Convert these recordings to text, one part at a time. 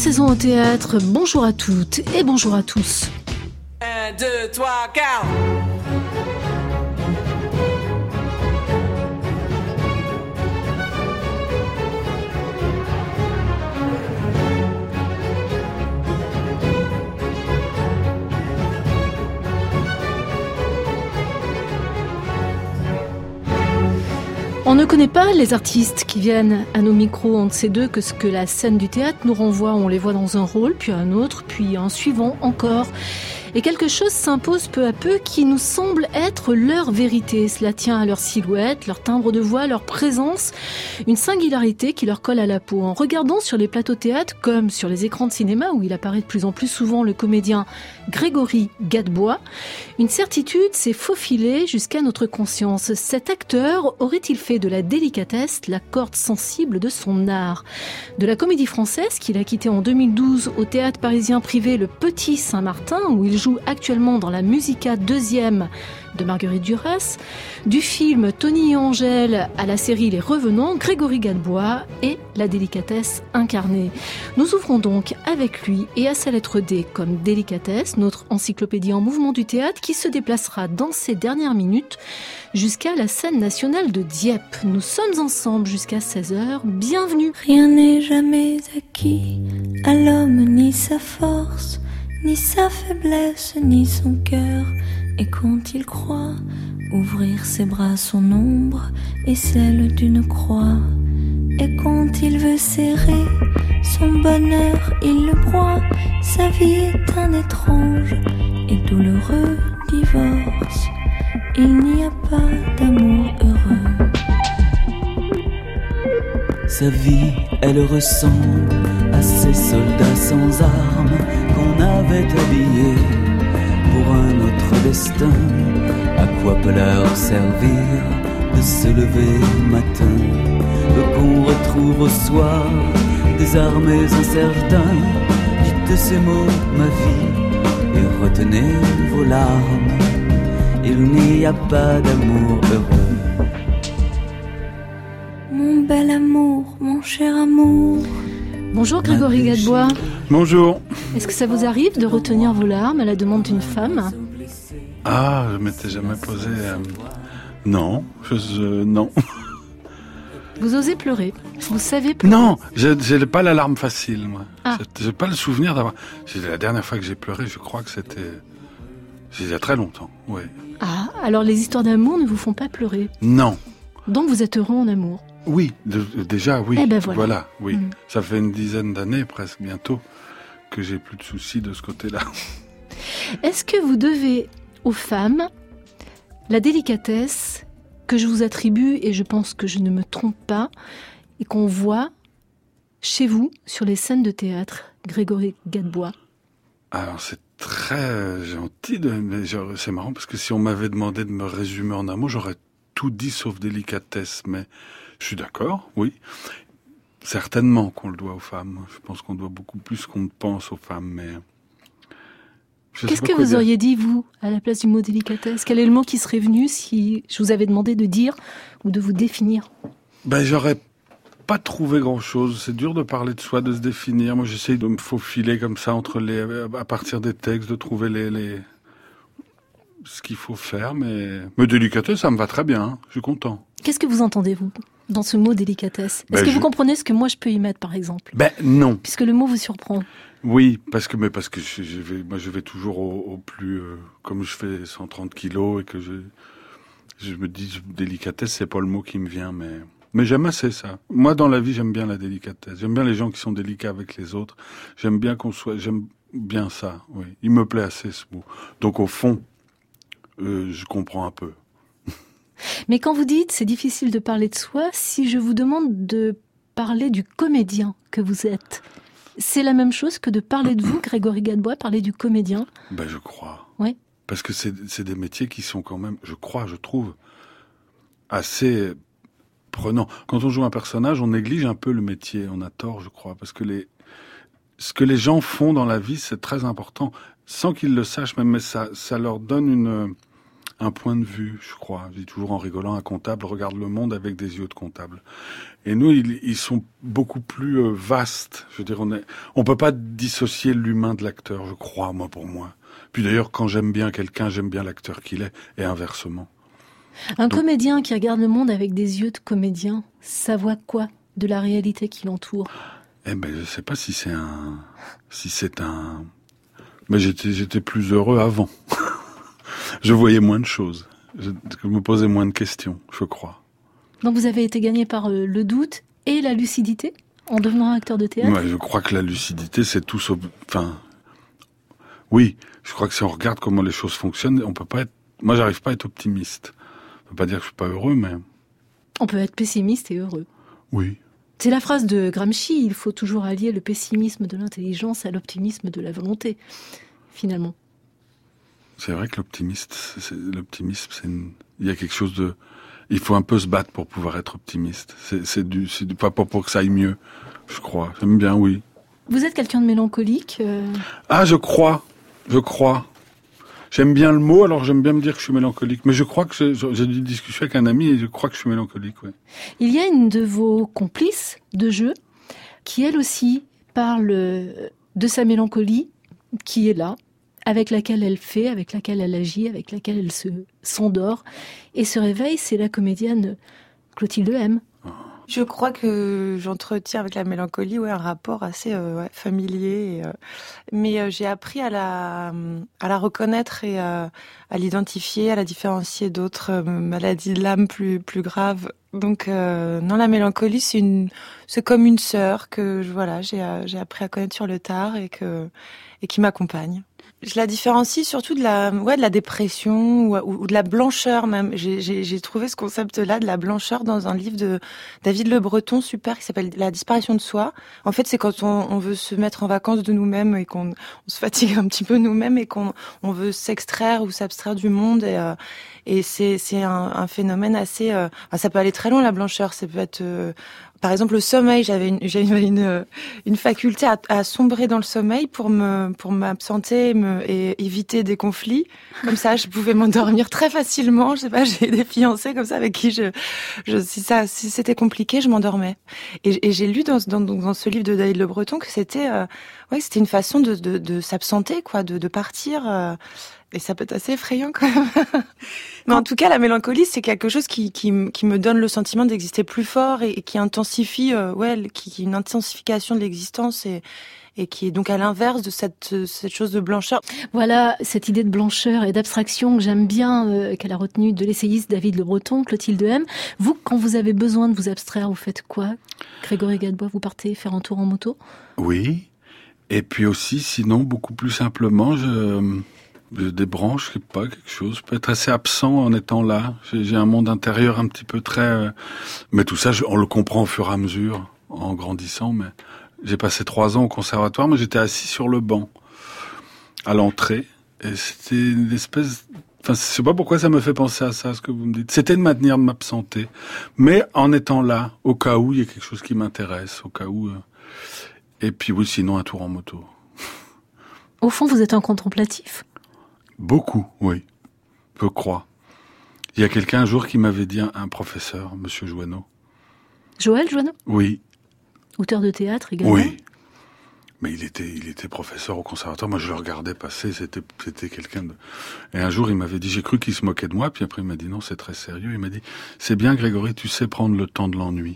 saison au théâtre, bonjour à toutes et bonjour à tous. 1, 2, 3, 4. On ne connaît pas les artistes qui viennent à nos micros, on ne sait d'eux que ce que la scène du théâtre nous renvoie. On les voit dans un rôle, puis un autre, puis un suivant encore. Et quelque chose s'impose peu à peu qui nous semble être leur vérité. Cela tient à leur silhouette, leur timbre de voix, leur présence, une singularité qui leur colle à la peau. En regardant sur les plateaux théâtre comme sur les écrans de cinéma où il apparaît de plus en plus souvent le comédien Grégory Gadebois, une certitude s'est faufilée jusqu'à notre conscience. Cet acteur aurait-il fait de la délicatesse la corde sensible de son art? De la comédie française qu'il a quittée en 2012 au théâtre parisien privé Le Petit Saint-Martin où il joue actuellement dans la Musica 2e de Marguerite Duras, du film Tony et Angèle à la série Les Revenants, Grégory Gadebois et la délicatesse incarnée. Nous ouvrons donc avec lui et à sa lettre D comme délicatesse, notre encyclopédie en mouvement du théâtre qui se déplacera dans ces dernières minutes jusqu'à la scène nationale de Dieppe. Nous sommes ensemble jusqu'à 16h. Bienvenue. Rien n'est jamais acquis à l'homme, ni sa force, ni sa faiblesse, ni son cœur. Et quand il croit ouvrir ses bras, son ombre est celle d'une croix. Et quand il veut serrer son bonheur, il le broie. Sa vie est un étrange et douloureux divorce. Il n'y a pas d'amour heureux. Sa vie, elle ressemble à ces soldats sans armes qu'on avait habillés pour un autre destin. À quoi peut leur servir de se lever le matin, qu'on retrouve au soir des armées incertains. Dites ces mots, ma vie, et retenez vos larmes. Il n'y a pas d'amour heureux. Mon bel amour, mon cher amour. Bonjour Grégory Gadebois. Bonjour. Est-ce que ça vous arrive de retenir vos larmes à la demande d'une femme? Ah, je m'étais jamais posé... Non, non. Vous osez pleurer? Vous savez pleurer? Non, j'ai pas la larme facile, moi. Ah. J'ai pas le souvenir d'avoir... La dernière fois que j'ai pleuré, je crois que c'était... il y a très longtemps, oui. Ah, alors les histoires d'amour ne vous font pas pleurer? Non. Donc vous êtes heureux en amour? Oui, déjà, oui. Eh ben voilà. Oui. Ça fait une dizaine d'années, presque bientôt, que j'ai plus de soucis de ce côté-là. Est-ce que vous devez aux femmes la délicatesse que je vous attribue, et je pense que je ne me trompe pas, et qu'on voit chez vous sur les scènes de théâtre, Grégory Gadebois? Alors c'est très gentil, mais c'est marrant parce que si on m'avait demandé de me résumer en un mot, j'aurais tout dit sauf délicatesse, mais je suis d'accord, oui. Certainement qu'on le doit aux femmes. Je pense qu'on doit beaucoup plus qu'on ne pense aux femmes, mais... Qu'est-ce que vous auriez dit, vous, à la place du mot délicatesse? Quel est le mot qui serait venu si je vous avais demandé de dire ou de vous définir? J'aurais pas trouvé grand-chose. C'est dur de parler de soi, de se définir. Moi, j'essaye de me faufiler comme ça à partir des textes, de trouver ce qu'il faut faire, mais délicatesse, ça me va très bien. Je suis content. Qu'est-ce que vous entendez, vous, dans ce mot délicatesse? Est-ce que vous comprenez ce que moi je peux y mettre, par exemple? Non. Puisque le mot vous surprend. Oui, parce que je vais toujours au plus, comme je fais 130 kilos et que je me dis délicatesse, c'est pas le mot qui me vient, mais j'aime assez ça. Moi, dans la vie, j'aime bien la délicatesse. J'aime bien les gens qui sont délicats avec les autres. J'aime bien ça, oui. Il me plaît assez, ce mot. Donc, au fond, je comprends un peu. Mais quand vous dites, c'est difficile de parler de soi, si je vous demande de parler du comédien que vous êtes, c'est la même chose que de parler de vous, Grégory Gadebois, parler du comédien? Je crois. Oui. Parce que c'est des métiers qui sont quand même, je trouve, assez prenants. Quand on joue un personnage, on néglige un peu le métier. On a tort, je crois. Parce que ce que les gens font dans la vie, c'est très important. Sans qu'ils le sachent même, mais ça leur donne un point de vue, je crois. Je dis toujours en rigolant, un comptable regarde le monde avec des yeux de comptable. Et nous, ils sont beaucoup plus vastes. Je veux dire, on peut pas dissocier l'humain de l'acteur, je crois, pour moi. Puis d'ailleurs, quand j'aime bien quelqu'un, j'aime bien l'acteur qu'il est, et inversement. Comédien qui regarde le monde avec des yeux de comédien, ça voit quoi de la réalité qui l'entoure? Je sais pas si c'est un... Mais j'étais plus heureux avant. Je voyais moins de choses. Je me posais moins de questions, je crois. Donc vous avez été gagné par le doute et la lucidité en devenant acteur de théâtre? Ouais, je crois que la lucidité, c'est tout sauf... Oui, je crois que si on regarde comment les choses fonctionnent, on peut pas être... Moi, j'arrive pas à être optimiste. Ça veut pas dire que je suis pas heureux, mais... On peut être pessimiste et heureux. Oui. C'est la phrase de Gramsci, il faut toujours allier le pessimisme de l'intelligence à l'optimisme de la volonté, finalement. C'est vrai que l'optimisme, il y a quelque chose de... Il faut un peu se battre pour pouvoir être optimiste. C'est pas pour que ça aille mieux, je crois. J'aime bien, oui. Vous êtes quelqu'un de mélancolique Ah, je crois. J'aime bien le mot, alors j'aime bien me dire que je suis mélancolique. Mais je crois que j'ai eu une discussion avec un ami et je crois que je suis mélancolique, ouais. Il y a une de vos complices de jeu qui, elle aussi, parle de sa mélancolie, qui est là, avec laquelle elle fait, avec laquelle elle agit, avec laquelle elle s'endort et se réveille. C'est la comédienne Clotilde M. Je crois que j'entretiens avec la mélancolie un rapport assez familier. Mais j'ai appris à la reconnaître et à l'identifier, à la différencier d'autres maladies de l'âme plus graves. Donc non, la mélancolie, c'est comme une sœur que j'ai appris à connaître sur le tard et qui m'accompagne. Je la différencie surtout de la dépression ou de la blancheur même. J'ai trouvé ce concept-là de la blancheur dans un livre de David Le Breton super qui s'appelle La disparition de soi. En fait, c'est quand on veut se mettre en vacances de nous-mêmes et qu'on se fatigue un petit peu nous-mêmes et qu'on veut s'extraire ou s'abstraire du monde et c'est un phénomène assez ça peut aller très loin la blancheur, ça peut être par exemple, le sommeil, j'avais une faculté à sombrer dans le sommeil pour m'absenter et éviter des conflits. Comme ça, je pouvais m'endormir très facilement. Je sais pas, j'ai des fiancés comme ça avec qui si c'était compliqué, je m'endormais. Et j'ai lu dans ce livre de David Le Breton que c'était une façon de s'absenter, quoi, de partir. Et ça peut être assez effrayant quand même. Mais en tout cas, la mélancolie, c'est quelque chose qui me donne le sentiment d'exister plus fort et qui intensifie, qui une intensification de l'existence et qui est donc à l'inverse de cette chose de blancheur. Voilà, cette idée de blancheur et d'abstraction que j'aime bien, qu'elle a retenue de l'essayiste David Le Breton, Clotilde M. Vous, quand vous avez besoin de vous abstraire, vous faites quoi? Grégory Gadebois, vous partez faire un tour en moto? Oui. Et puis aussi, sinon, beaucoup plus simplement, je débranche, je sais pas, quelque chose. Je peux être assez absent en étant là. J'ai un monde intérieur un petit peu très... Mais tout ça, on le comprend au fur et à mesure, en grandissant. Mais j'ai passé 3 ans au conservatoire, mais j'étais assis sur le banc, à l'entrée. Et c'était une espèce... Enfin, je sais pas pourquoi ça me fait penser à ça, ce que vous me dites. C'était une manière de m'absenter. Mais en étant là, au cas où il y a quelque chose qui m'intéresse, au cas où... Et puis oui, sinon un tour en moto. Au fond, vous êtes un contemplatif? Beaucoup, oui. Je crois. Il y a quelqu'un un jour qui m'avait dit, un professeur, Monsieur Joanneau. Joël Joanneau? Oui. Auteur de théâtre également? Oui. Mais il était professeur au conservatoire. Moi, je le regardais passer. C'était quelqu'un de... Et un jour, il m'avait dit, j'ai cru qu'il se moquait de moi. Puis après, il m'a dit, non, c'est très sérieux. Il m'a dit, c'est bien, Grégory, tu sais prendre le temps de l'ennui.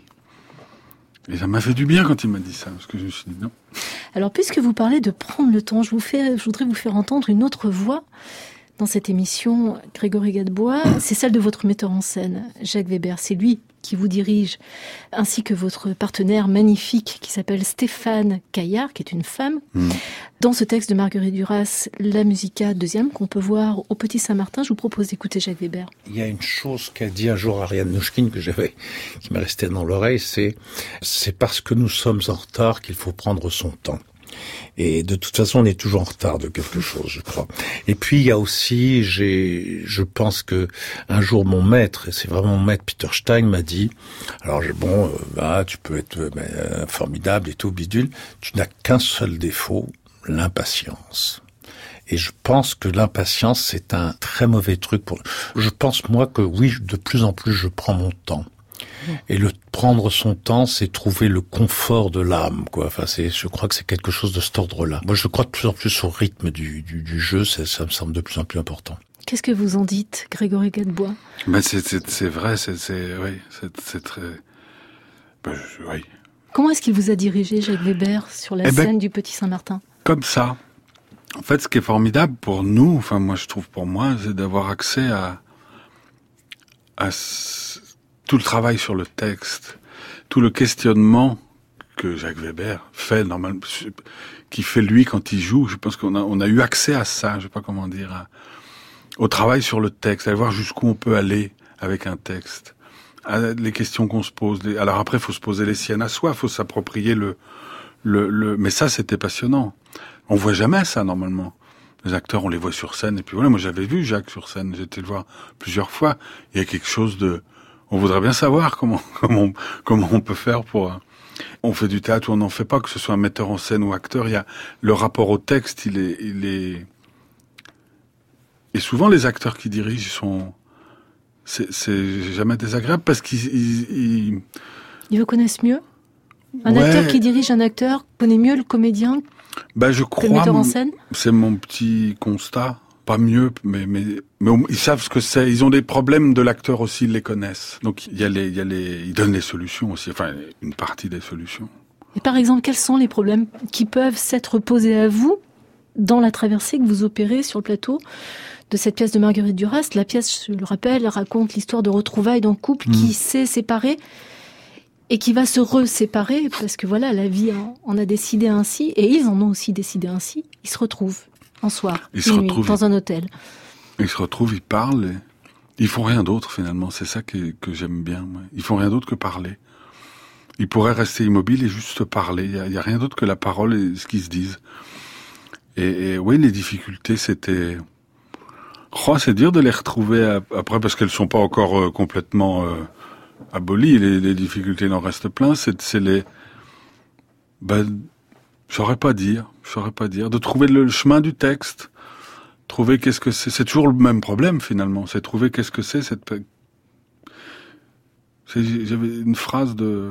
Et ça m'a fait du bien quand il m'a dit ça, parce que je me suis dit non. Alors, puisque vous parlez de prendre le temps, je voudrais vous faire entendre une autre voix dans cette émission, Grégory Gadebois. C'est celle de votre metteur en scène, Jacques Weber. C'est lui qui vous dirige, ainsi que votre partenaire magnifique qui s'appelle Stéphane Caillard, qui est une femme. Dans ce texte de Marguerite Duras, La Musica deuxième, qu'on peut voir au Petit Saint-Martin, je vous propose d'écouter Jacques Weber. Il y a une chose qu'a dit un jour Ariane Nouchkine qui m'est restée dans l'oreille, c'est parce que nous sommes en retard qu'il faut prendre son temps. Et de toute façon, on est toujours en retard de quelque chose, je crois. Et puis, il y a aussi, je pense que un jour, mon maître, et c'est vraiment mon maître, Peter Stein, m'a dit, alors tu peux être formidable et tout, bidule, tu n'as qu'un seul défaut, l'impatience. Et je pense que l'impatience, c'est un très mauvais truc pour... Je pense, moi, que oui, de plus en plus, je prends mon temps. Et le prendre son temps, c'est trouver le confort de l'âme, quoi. Enfin, je crois que c'est quelque chose de cet ordre-là. Moi, je crois de plus en plus au rythme du jeu, ça me semble de plus en plus important. Qu'est-ce que vous en dites, Grégory Gadebois? Ben c'est vrai, c'est très... oui. Comment est-ce qu'il vous a dirigé, Jacques Weber, sur la scène du Petit Saint-Martin? Comme ça. En fait, ce qui est formidable pour nous, enfin moi je trouve pour moi, c'est d'avoir accès à tout le travail sur le texte, tout le questionnement que Jacques Weber fait normalement, qui fait lui quand il joue. Je pense qu'on a eu accès à ça, je sais pas comment dire, au travail sur le texte, à voir jusqu'où on peut aller avec un texte, les questions qu'on se pose. Alors après, il faut se poser les siennes à soi, il faut s'approprier mais ça, c'était passionnant. On voit jamais ça, normalement. Les acteurs, on les voit sur scène, et puis voilà, moi j'avais vu Jacques sur scène, j'étais le voir plusieurs fois. Il y a quelque chose on voudrait bien savoir comment on peut faire pour... On fait du théâtre ou on n'en fait pas, que ce soit un metteur en scène ou acteur, il y a le rapport au texte, il est... Et souvent, les acteurs qui dirigent c'est jamais désagréable parce qu'ils vous connaissent mieux? Un acteur qui dirige un acteur connaît mieux le comédien je crois, que le metteur en scène? C'est mon petit constat. Pas mieux, mais ils savent ce que c'est. Ils ont des problèmes de l'acteur aussi, ils les connaissent. Donc ils donnent les solutions aussi, enfin une partie des solutions. Et par exemple, quels sont les problèmes qui peuvent s'être posés à vous dans la traversée que vous opérez sur le plateau de cette pièce de Marguerite Duras? La pièce, je le rappelle, raconte l'histoire de retrouvailles d'un couple qui s'est séparé et qui va se re-séparer parce que voilà, la vie en a décidé ainsi et ils en ont aussi décidé ainsi. Ils se retrouvent un soir, dans un hôtel. Ils se retrouvent, ils parlent, et ils font rien d'autre finalement. C'est ça que j'aime bien. Moi. Ils font rien d'autre que parler. Ils pourraient rester immobiles et juste parler. Il y a rien d'autre que la parole et ce qu'ils se disent. Et oui, les difficultés, c'était... c'est dur de les retrouver après parce qu'elles sont pas encore complètement abolies. Les difficultés, il en reste plein. C'est les... Je saurais pas dire. De trouver le chemin du texte. Trouver qu'est-ce que c'est. C'est toujours le même problème, finalement. C'est trouver qu'est-ce que c'est, J'avais une phrase de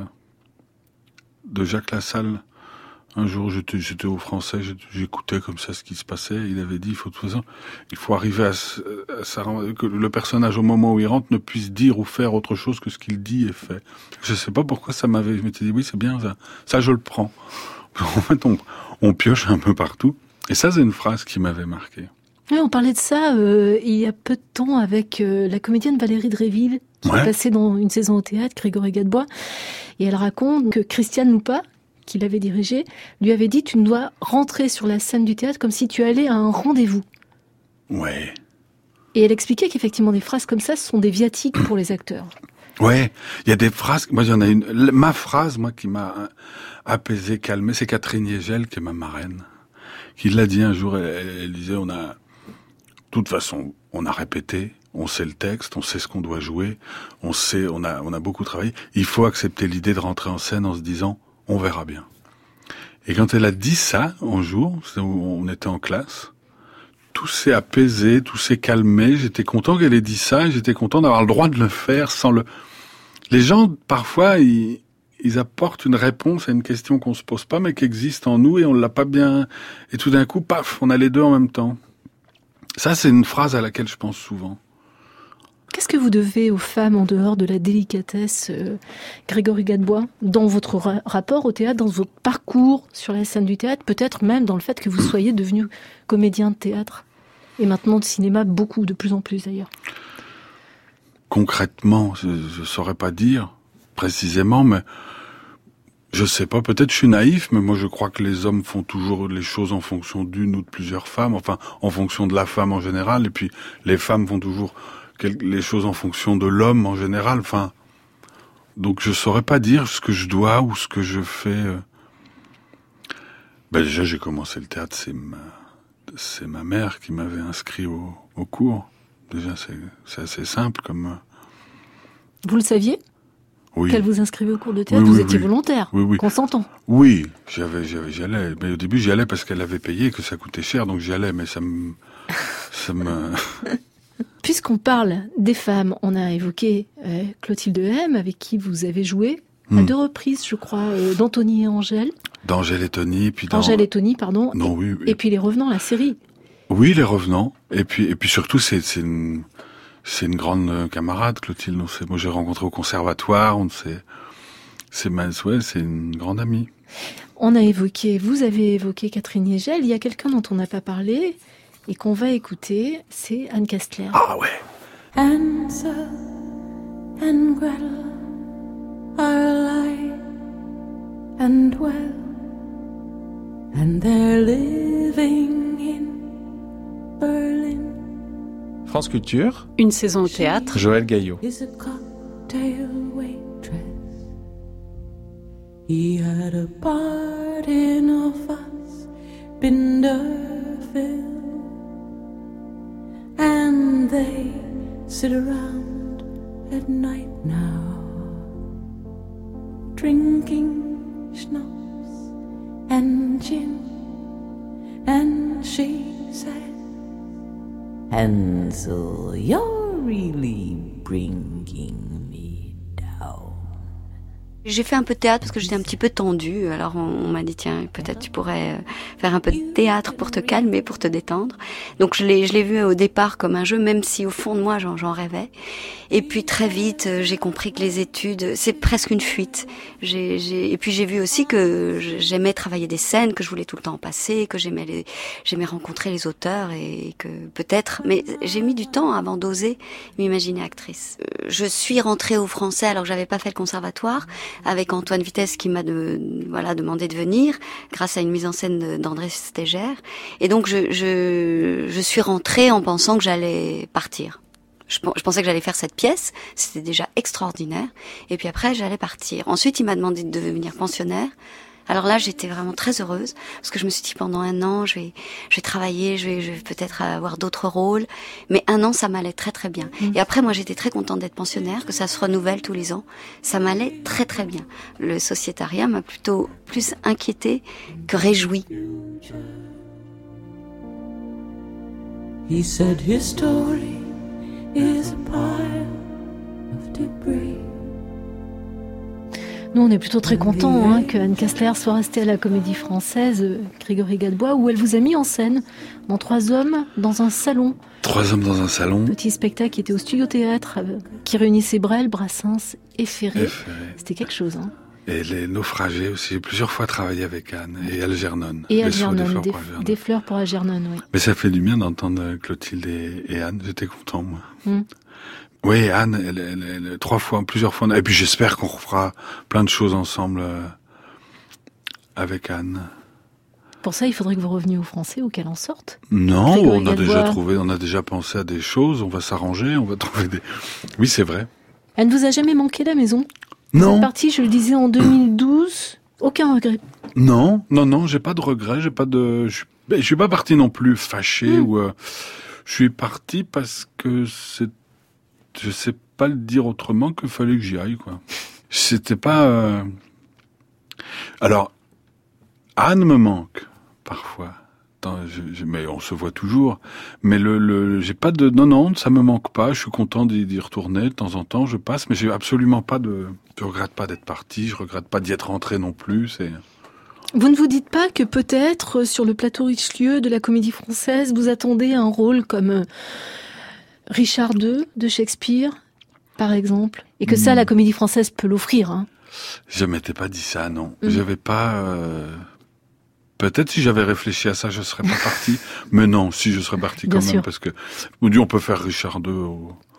Jacques Lassalle. Un jour, j'étais au Français, j'écoutais comme ça ce qui se passait. Il avait dit, il faut arriver que le personnage, au moment où il rentre, ne puisse dire ou faire autre chose que ce qu'il dit et fait. Je sais pas pourquoi je m'étais dit, oui, c'est bien ça. Ça, je le prends. En fait, on pioche un peu partout. Et ça, c'est une phrase qui m'avait marqué. Oui, on parlait de ça il y a peu de temps avec la comédienne Valérie Dréville, qui est passée dans une saison au théâtre, Grégory Gadebois. Et elle raconte que Christiane Loupa, qui l'avait dirigée, lui avait dit « Tu dois rentrer sur la scène du théâtre comme si tu allais à un rendez-vous. » Ouais. Et elle expliquait qu'effectivement, des phrases comme ça sont des viatiques pour les acteurs. Ouais, il y a des phrases... Moi, il y en a une... Ma phrase, qui m'a apaisé, calmé, c'est Catherine Yegel, qui est ma marraine, qui l'a dit un jour. Elle disait, de toute façon, on a répété, on sait le texte, on sait ce qu'on doit jouer, on a beaucoup travaillé. Il faut accepter l'idée de rentrer en scène en se disant, on verra bien. Et quand elle a dit ça, un jour, on était en classe, tout s'est apaisé, tout s'est calmé. J'étais content qu'elle ait dit ça, et j'étais content d'avoir le droit de le faire sans le... Les gens, parfois, ils apportent une réponse à une question qu'on se pose pas, mais qui existe en nous, et on l'a pas bien... Et tout d'un coup, paf, on a les deux en même temps. Ça, c'est une phrase à laquelle je pense souvent. Qu'est-ce que vous devez aux femmes en dehors de la délicatesse, Grégory Gadebois, dans votre rapport au théâtre, dans votre parcours sur la scène du théâtre, peut-être même dans le fait que vous soyez devenu comédien de théâtre et maintenant de cinéma, beaucoup, de plus en plus d'ailleurs? Concrètement, je saurais pas dire précisément, mais je sais pas, peut-être je suis naïf, mais moi je crois que les hommes font toujours les choses en fonction d'une ou de plusieurs femmes, enfin en fonction de la femme en général, et puis les femmes font toujours les choses en fonction de l'homme en général, enfin... Donc je saurais pas dire ce que je dois ou ce que je fais. Déjà j'ai commencé le théâtre, c'est ma mère qui m'avait inscrit au cours. Déjà c'est assez simple comme... Vous le saviez ? qu'elle vous inscrivait au cours de théâtre. Vous étiez volontaire, consentant. Oui, j'y allais. Mais au début, j'y allais parce qu'elle avait payé, que ça coûtait cher, donc j'y allais. Mais ça me... Puisqu'on parle des femmes, on a évoqué Clotilde M, avec qui vous avez joué à 2 reprises, je crois, d'Anthony et Angèle. D'Angèle et Tony, puis Angèle et Tony, pardon. Non, oui. Et puis Les Revenants, la série. Oui, Les Revenants. Et puis surtout, c'est une grande camarade, Clotilde. Moi, j'ai rencontré au conservatoire. C'est une grande amie. Vous avez évoqué Catherine Hegel. Il y a quelqu'un dont on n'a pas parlé et qu'on va écouter, c'est Anne Kastler. Ah ouais. Hansel and Gretel are alive and well, and they're living in Berlin. France Culture. Une saison au théâtre. Joël Gaillot. Is a cocktail waitress. He had a part in a Fassbinderfilm, and they sit around at night now, drinking schnapps and gin, and she said, Hansel, you're really bringing me down. J'ai fait un peu de théâtre parce que j'étais un petit peu tendue. Alors on m'a dit tiens, peut-être tu pourrais faire un peu de théâtre pour te calmer, pour te détendre. Donc je l'ai vu au départ comme un jeu, même si au fond de moi j'en rêvais. Et puis très vite j'ai compris que les études c'est presque une fuite. Et puis j'ai vu aussi que j'aimais travailler des scènes, que je voulais tout le temps en passer, que j'aimais rencontrer les auteurs et que peut-être. Mais j'ai mis du temps avant d'oser m'imaginer actrice. Je suis rentrée au Français alors que j'avais pas fait le conservatoire, avec Antoine Vitesse qui m'a demandé de venir grâce à une mise en scène d'André Stégère. Et donc je suis rentrée en pensant que j'allais partir. Je pensais que j'allais faire cette pièce, c'était déjà extraordinaire. Et puis après j'allais partir. Ensuite il m'a demandé de devenir pensionnaire. Alors là, j'étais vraiment très heureuse parce que je me suis dit pendant 1 an, je vais travailler, je vais peut-être avoir d'autres rôles. Mais 1 an, ça m'allait très très bien. Et après, moi, j'étais très contente d'être pensionnaire, que ça se renouvelle tous les ans. Ça m'allait très très bien. Le sociétariat m'a plutôt plus inquiétée que réjouie. He said his story is a pile of debris. Nous, on est plutôt très contents que Anne Kastler soit restée à la Comédie Française, Grégory Gadebois, où elle vous a mis en scène dans 3 hommes dans un salon. 3 hommes dans un salon. Petit spectacle qui était au Studio Théâtre, qui réunissait Brel, Brassens et Ferré. C'était quelque chose. Et Les Naufragés aussi. J'ai plusieurs fois travaillé avec Anne et Algernon. Et Algernon, des fleurs pour Algernon, oui. Mais ça fait du bien d'entendre Clotilde et Anne. J'étais content, moi. Oui, Anne, elle, plusieurs fois. Et puis j'espère qu'on refera plein de choses ensemble avec Anne. Pour ça, il faudrait que vous reveniez au Français ou qu'elle en sorte. Non, on a déjà pensé à des choses. On va s'arranger, on va trouver des. Oui, c'est vrai. Elle ne vous a jamais manqué la maison? Non. Vous êtes partie, je le disais, en 2012. Aucun regret? Non, j'ai pas de regret. Je suis pas parti non plus fâché ou. Je suis parti parce que je sais pas le dire autrement que fallait que j'y aille, quoi. C'était pas... Alors, Anne me manque, parfois. Mais on se voit toujours. Mais j'ai pas de... Non, ça me manque pas. Je suis content d'y retourner. De temps en temps, je passe. Mais j'ai absolument pas de... Je regrette pas d'être parti. Je regrette pas d'y être rentré non plus. Vous ne vous dites pas que peut-être, sur le plateau Richelieu de la Comédie Française, vous attendez un rôle comme... Richard II de Shakespeare, par exemple, et que ça, la Comédie Française peut l'offrir. Je m'étais pas dit ça, non. J'avais pas. Peut-être si j'avais réfléchi à ça, je serais pas parti. Mais non, si je serais parti quand même, parce que on peut faire Richard II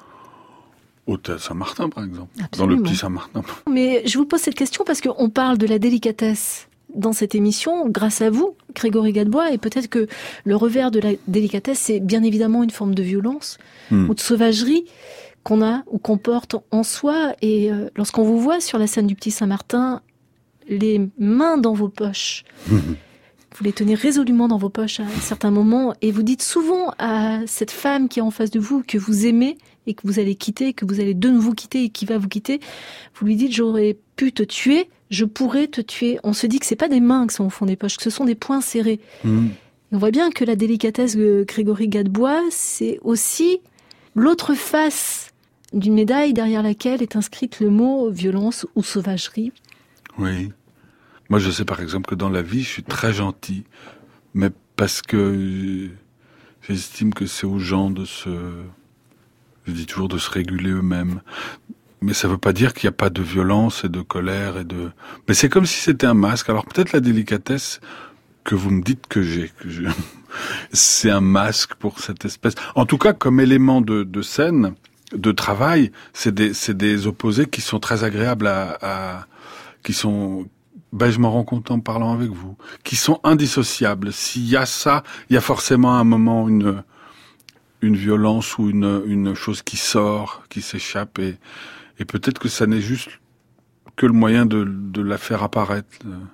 au Théâtre Saint-Martin, par exemple, Absolument. Dans le Petit Saint-Martin. Mais je vous pose cette question parce qu'on parle de la délicatesse dans cette émission, grâce à vous, Grégory Gadebois, et peut-être que le revers de la délicatesse, c'est bien évidemment une forme de violence ou de sauvagerie qu'on a ou qu'on porte en soi. Et lorsqu'on vous voit sur la scène du Petit Saint-Martin, les mains dans vos poches, vous les tenez résolument dans vos poches à certains moments, et vous dites souvent à cette femme qui est en face de vous que vous aimez et que vous allez quitter, que vous allez de nouveau quitter et qui va vous quitter, vous lui dites « j'aurais pu te tuer, je pourrais te tuer ». On se dit que c'est pas des mains qui sont au fond des poches, que ce sont des poings serrés. Et on voit bien que la délicatesse de Grégory Gadebois, c'est aussi l'autre face d'une médaille derrière laquelle est inscrite le mot violence ou sauvagerie. Oui. Moi, je sais par exemple que dans la vie, je suis très gentil, mais parce que j'estime que c'est aux gens je dis toujours de se réguler eux-mêmes. Mais ça veut pas dire qu'il n'y a pas de violence et de colère mais c'est comme si c'était un masque. Alors peut-être la délicatesse que vous me dites que c'est un masque pour cette espèce. En tout cas, comme élément de scène, de travail, c'est des opposés qui sont très agréables qui sont, je m'en rends compte en parlant avec vous, qui sont indissociables. S'il y a ça, il y a forcément à un moment une violence ou une chose qui sort, qui s'échappe et peut-être que ça n'est juste que le moyen de la faire apparaître,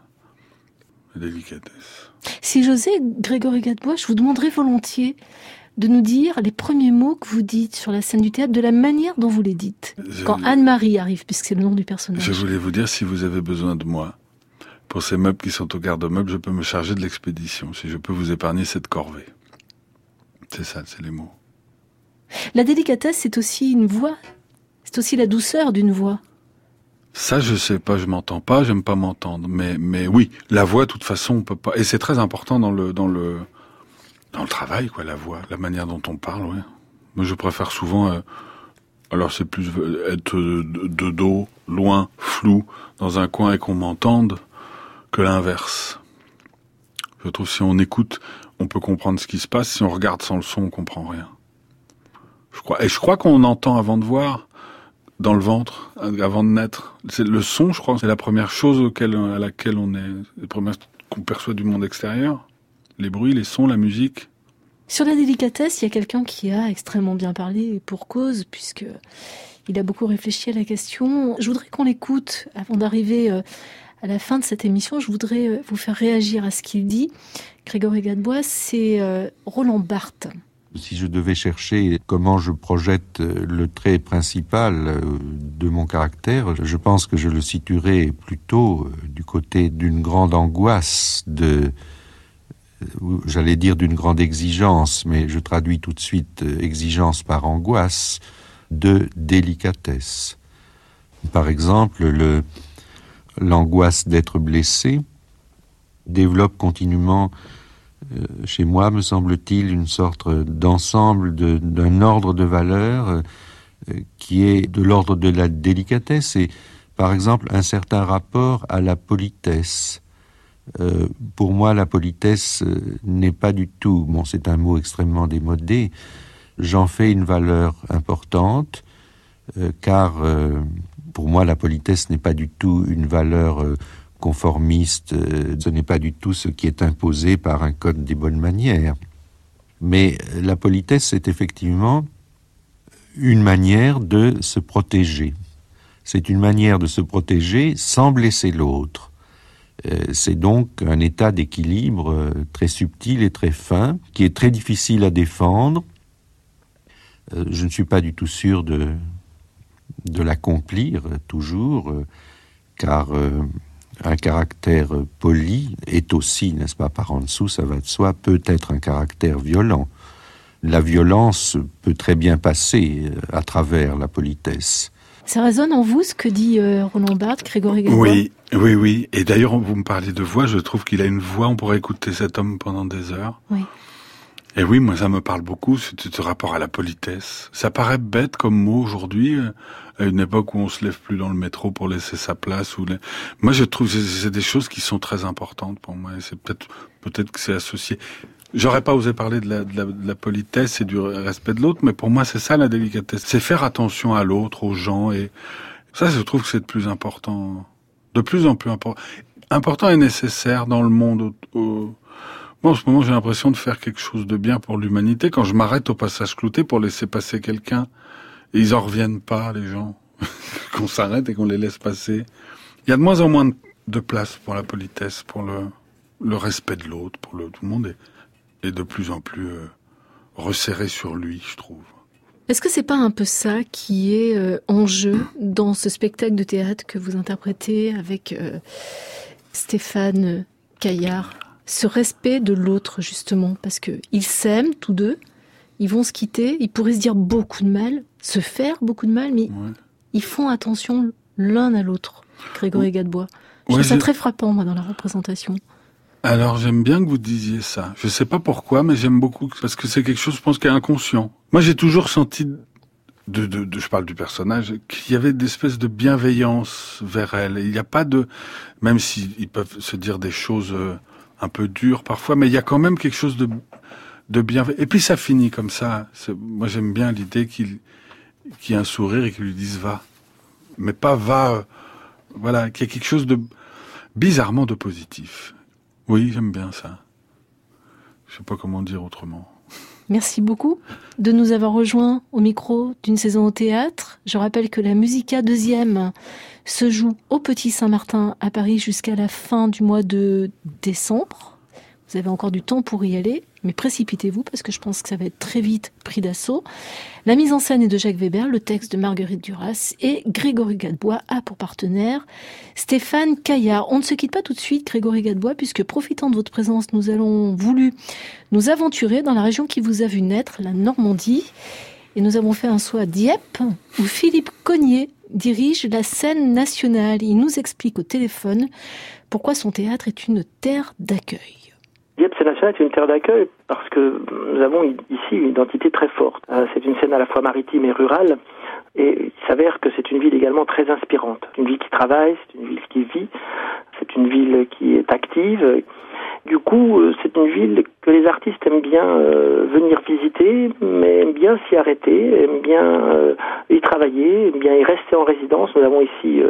la délicatesse. Si j'osais, Grégory Gadebois, je vous demanderais volontiers de nous dire les premiers mots que vous dites sur la scène du théâtre, de la manière dont vous les dites. Quand Anne-Marie arrive, puisque c'est le nom du personnage. Je voulais vous dire, si vous avez besoin de moi, pour ces meubles qui sont au garde-meubles, je peux me charger de l'expédition, si je peux vous épargner cette corvée. C'est ça, c'est les mots. La délicatesse, c'est aussi une voix. C'est aussi la douceur d'une voix. Ça, je sais pas, je m'entends pas, j'aime pas m'entendre. Mais oui, la voix, de toute façon, on peut pas. Et c'est très important dans le travail, quoi, la voix, la manière dont on parle, ouais. Moi, je préfère souvent, alors c'est plus être de dos, loin, flou, dans un coin et qu'on m'entende, que l'inverse. Je trouve que si on écoute, on peut comprendre ce qui se passe. Si on regarde sans le son, on comprend rien. Je crois qu'on entend avant de voir, dans le ventre, avant de naître. C'est le son, je crois, c'est la première chose à laquelle on est, la première qu'on perçoit du monde extérieur. Les bruits, les sons, la musique. Sur la délicatesse, il y a quelqu'un qui a extrêmement bien parlé, et pour cause, puisque il a beaucoup réfléchi à la question. Je voudrais qu'on l'écoute avant d'arriver à la fin de cette émission. Je voudrais vous faire réagir à ce qu'il dit. Grégory Gadebois, c'est Roland Barthes. Si je devais chercher comment je projette le trait principal de mon caractère, je pense que je le situerais plutôt du côté d'une grande angoisse, j'allais dire d'une grande exigence, mais je traduis tout de suite exigence par angoisse, de délicatesse. Par exemple, l'angoisse d'être blessé développe continuellement chez moi, me semble-t-il, une sorte d'ensemble d'un ordre de valeurs qui est de l'ordre de la délicatesse et, par exemple, un certain rapport à la politesse. Pour moi, la politesse n'est pas du tout, c'est un mot extrêmement démodé, j'en fais une valeur importante, car pour moi, la politesse n'est pas du tout une valeur conformiste, ce n'est pas du tout ce qui est imposé par un code des bonnes manières. Mais la politesse, c'est effectivement une manière de se protéger. C'est une manière de se protéger sans blesser l'autre. C'est donc un état d'équilibre très subtil et très fin, qui est très difficile à défendre. Je ne suis pas du tout sûr de l'accomplir toujours, car un caractère poli est aussi, n'est-ce pas, par en dessous, ça va de soi, peut être un caractère violent. La violence peut très bien passer à travers la politesse. Ça résonne en vous, ce que dit Roland Barthes, Grégory Gadebois ? Oui. Et d'ailleurs, vous me parlez de voix, je trouve qu'il a une voix, on pourrait écouter cet homme pendant des heures. Oui. Et oui, moi, ça me parle beaucoup, ce rapport à la politesse. Ça paraît bête comme mot aujourd'hui, à une époque où on se lève plus dans le métro pour laisser sa place. Moi, je trouve que c'est des choses qui sont très importantes pour moi. Et c'est peut-être que c'est associé. J'aurais pas osé parler de la politesse et du respect de l'autre, mais pour moi, c'est ça la délicatesse. C'est faire attention à l'autre, aux gens, et ça, je trouve que c'est de plus en plus important et nécessaire dans le monde. Moi, en ce moment, j'ai l'impression de faire quelque chose de bien pour l'humanité quand je m'arrête au passage Cloutez pour laisser passer quelqu'un. Et ils en reviennent pas, les gens. Qu'on s'arrête et qu'on les laisse passer. Il y a de moins en moins de place pour la politesse, pour le respect de l'autre, tout le monde est de plus en plus resserré sur lui, je trouve. Est-ce que c'est pas un peu ça qui est en jeu dans ce spectacle de théâtre que vous interprétez avec Stéphane Caillard? Ce respect de l'autre, justement, parce qu'ils s'aiment tous deux, ils vont se quitter, ils pourraient se dire beaucoup de mal, se faire beaucoup de mal, mais ils font attention l'un à l'autre, Grégory Gadebois. Je trouve ça très frappant, moi, dans la représentation. Alors, j'aime bien que vous disiez ça. Je sais pas pourquoi, mais j'aime beaucoup, parce que c'est quelque chose, je pense, qui est inconscient. Moi, j'ai toujours senti, je parle du personnage, qu'il y avait des espèces de bienveillance vers elle. Il n'y a pas de, même s'ils peuvent se dire des choses un peu dures parfois, mais il y a quand même quelque chose de bienveillant. Et puis ça finit comme ça. Moi, j'aime bien l'idée qu'il y ait un sourire et qu'il lui dise va. Mais pas va, voilà, qu'il y a quelque chose de bizarrement de positif. Oui, j'aime bien ça. Je sais pas comment dire autrement. Merci beaucoup de nous avoir rejoints au micro d'une saison au théâtre. Je rappelle que la Musica 2e se joue au Petit Saint-Martin à Paris jusqu'à la fin du mois de décembre. Vous avez encore du temps pour y aller, mais précipitez-vous parce que je pense que ça va être très vite pris d'assaut. La mise en scène est de Jacques Weber, le texte de Marguerite Duras et Grégory Gadebois a pour partenaire Stéphane Caillard. On ne se quitte pas tout de suite, Grégory Gadebois, puisque profitant de votre présence, nous avons voulu nous aventurer dans la région qui vous a vu naître, la Normandie. Et nous avons fait un saut à Dieppe, où Philippe Cogniet dirige la scène nationale. Il nous explique au téléphone pourquoi son théâtre est une terre d'accueil. Dieppe Scène Nationale est une terre d'accueil parce que nous avons ici une identité très forte. C'est une scène à la fois maritime et rurale et il s'avère que c'est une ville également très inspirante. Une ville qui travaille, c'est une ville qui vit, c'est une ville qui est active. Du coup, c'est une ville que les artistes aiment bien venir visiter, mais aiment bien s'y arrêter, aiment bien y travailler, aiment bien y rester en résidence. Nous avons ici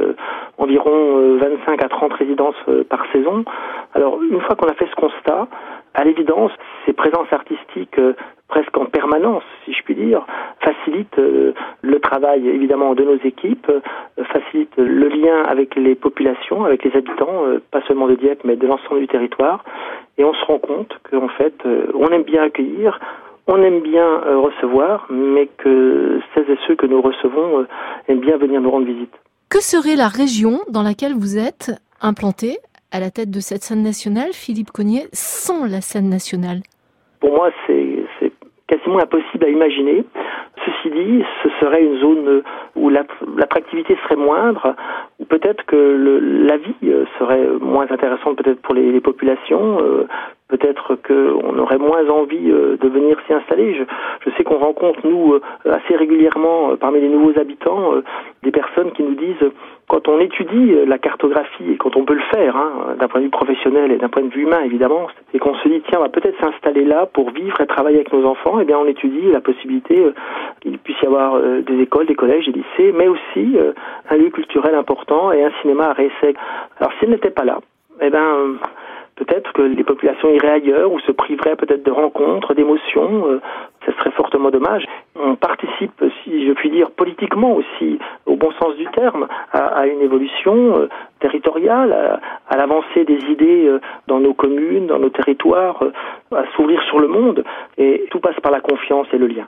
environ 25 à 30 résidences par saison. Alors, une fois qu'on a fait ce constat, à l'évidence, ces présences artistiques presque en permanence, si je puis dire, facilitent le travail évidemment de nos équipes, facilitent le lien avec les populations, avec les habitants, pas seulement de Dieppe, mais de l'ensemble du territoire. Et on se rend compte qu'en fait, on aime bien accueillir, on aime bien recevoir, mais que celles et ceux que nous recevons aiment bien venir nous rendre visite. Que serait la région dans laquelle vous êtes implanté à la tête de cette scène nationale, Philippe Cogniet, sans la scène nationale? Pour moi, c'est quasiment impossible à imaginer. Ceci dit, ce serait une zone où l'attractivité serait moindre, ou peut-être que la vie serait moins intéressante peut-être pour les populations, peut-être qu'on aurait moins envie de venir s'y installer. Je sais qu'on rencontre, nous, assez régulièrement, parmi les nouveaux habitants, des personnes qui nous disent, quand on étudie la cartographie, et quand on peut le faire, d'un point de vue professionnel et d'un point de vue humain, évidemment, et qu'on se dit, tiens, on va peut-être s'installer là pour vivre et travailler avec nos enfants, eh bien, on étudie la possibilité qu'il puisse y avoir des écoles, des collèges, des lycées, mais aussi un lieu culturel important et un cinéma à Ré-Sec. Alors, s'il n'était pas là, eh ben, peut-être que les populations iraient ailleurs ou se priveraient peut-être de rencontres, d'émotions. Ce serait fortement dommage. On participe, si je puis dire, politiquement aussi, au bon sens du terme, à une évolution territoriale, à l'avancée des idées dans nos communes, dans nos territoires, à s'ouvrir sur le monde. Et tout passe par la confiance et le lien.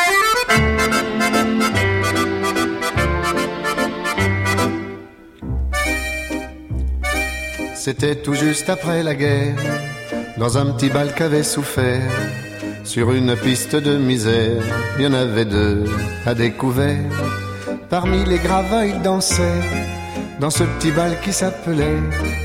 C'était tout juste après la guerre, dans un petit bal qu'avait souffert. Sur une piste de misère, il y en avait deux à découvert. Parmi les gravats, ils dansaient dans ce petit bal qui s'appelait.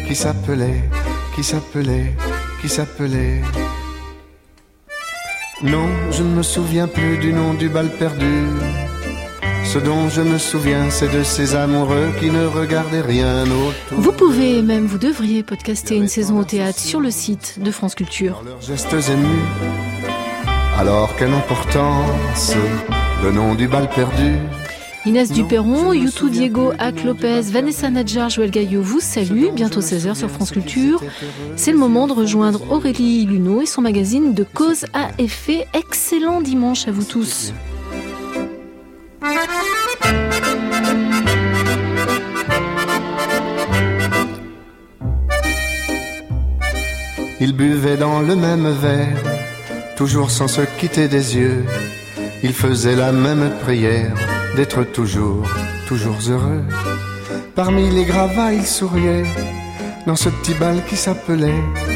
Non, je ne me souviens plus du nom du bal perdu. Ce dont je me souviens, c'est de ces amoureux qui ne regardaient rien autour. Vous pouvez, même vous devriez podcaster une saison au théâtre sur le site de France Culture. Leurs gestes émus, alors quelle importance, le nom du bal perdu. Inès Duperron, Youtou Diego, Ak Lopez, Vanessa Nadjar, Joël Gaillot vous saluent. Bientôt 16h sur France Culture. C'est le moment de rejoindre Aurélie Luneau et son magazine de Cause à effet. Excellent dimanche à vous tous. Ils buvaient dans le même verre, toujours sans se quitter des yeux. il faisait la même prière d'être toujours heureux. Parmi les gravats, il souriait dans ce petit bal qui s'appelait.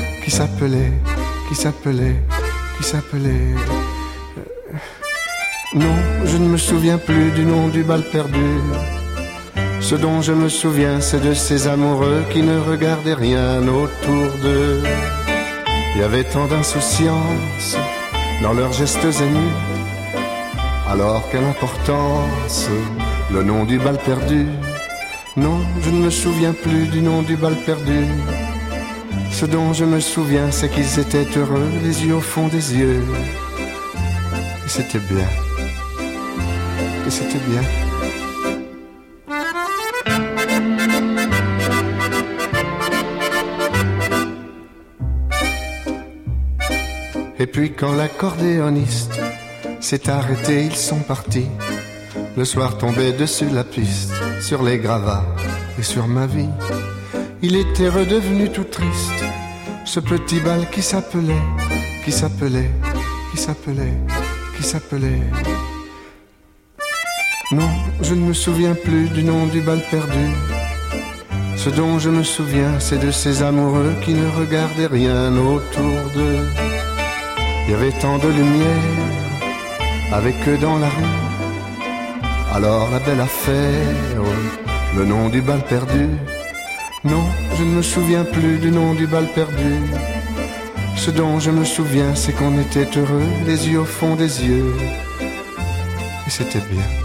Non, je ne me souviens plus du nom du bal perdu. Ce dont je me souviens, c'est de ces amoureux qui ne regardaient rien autour d'eux. Il y avait tant d'insouciance dans leurs gestes émus. Alors quelle importance, le nom du bal perdu. Non, je ne me souviens plus du nom du bal perdu. Ce dont je me souviens, c'est qu'ils étaient heureux, les yeux au fond des yeux. Et c'était bien. Et c'était bien. Et puis quand l'accordéoniste s'est arrêté, ils sont partis. Le soir tombait dessus la piste, sur les gravats et sur ma vie. Il était redevenu tout triste, ce petit bal qui s'appelait. Non, je ne me souviens plus du nom du bal perdu. Ce dont je me souviens, c'est de ces amoureux qui ne regardaient rien autour d'eux. Il y avait tant de lumière avec eux dans la rue. Alors la belle affaire, le nom du bal perdu. Non, je ne me souviens plus du nom du bal perdu. Ce dont je me souviens, c'est qu'on était heureux, les yeux au fond des yeux. Et c'était bien.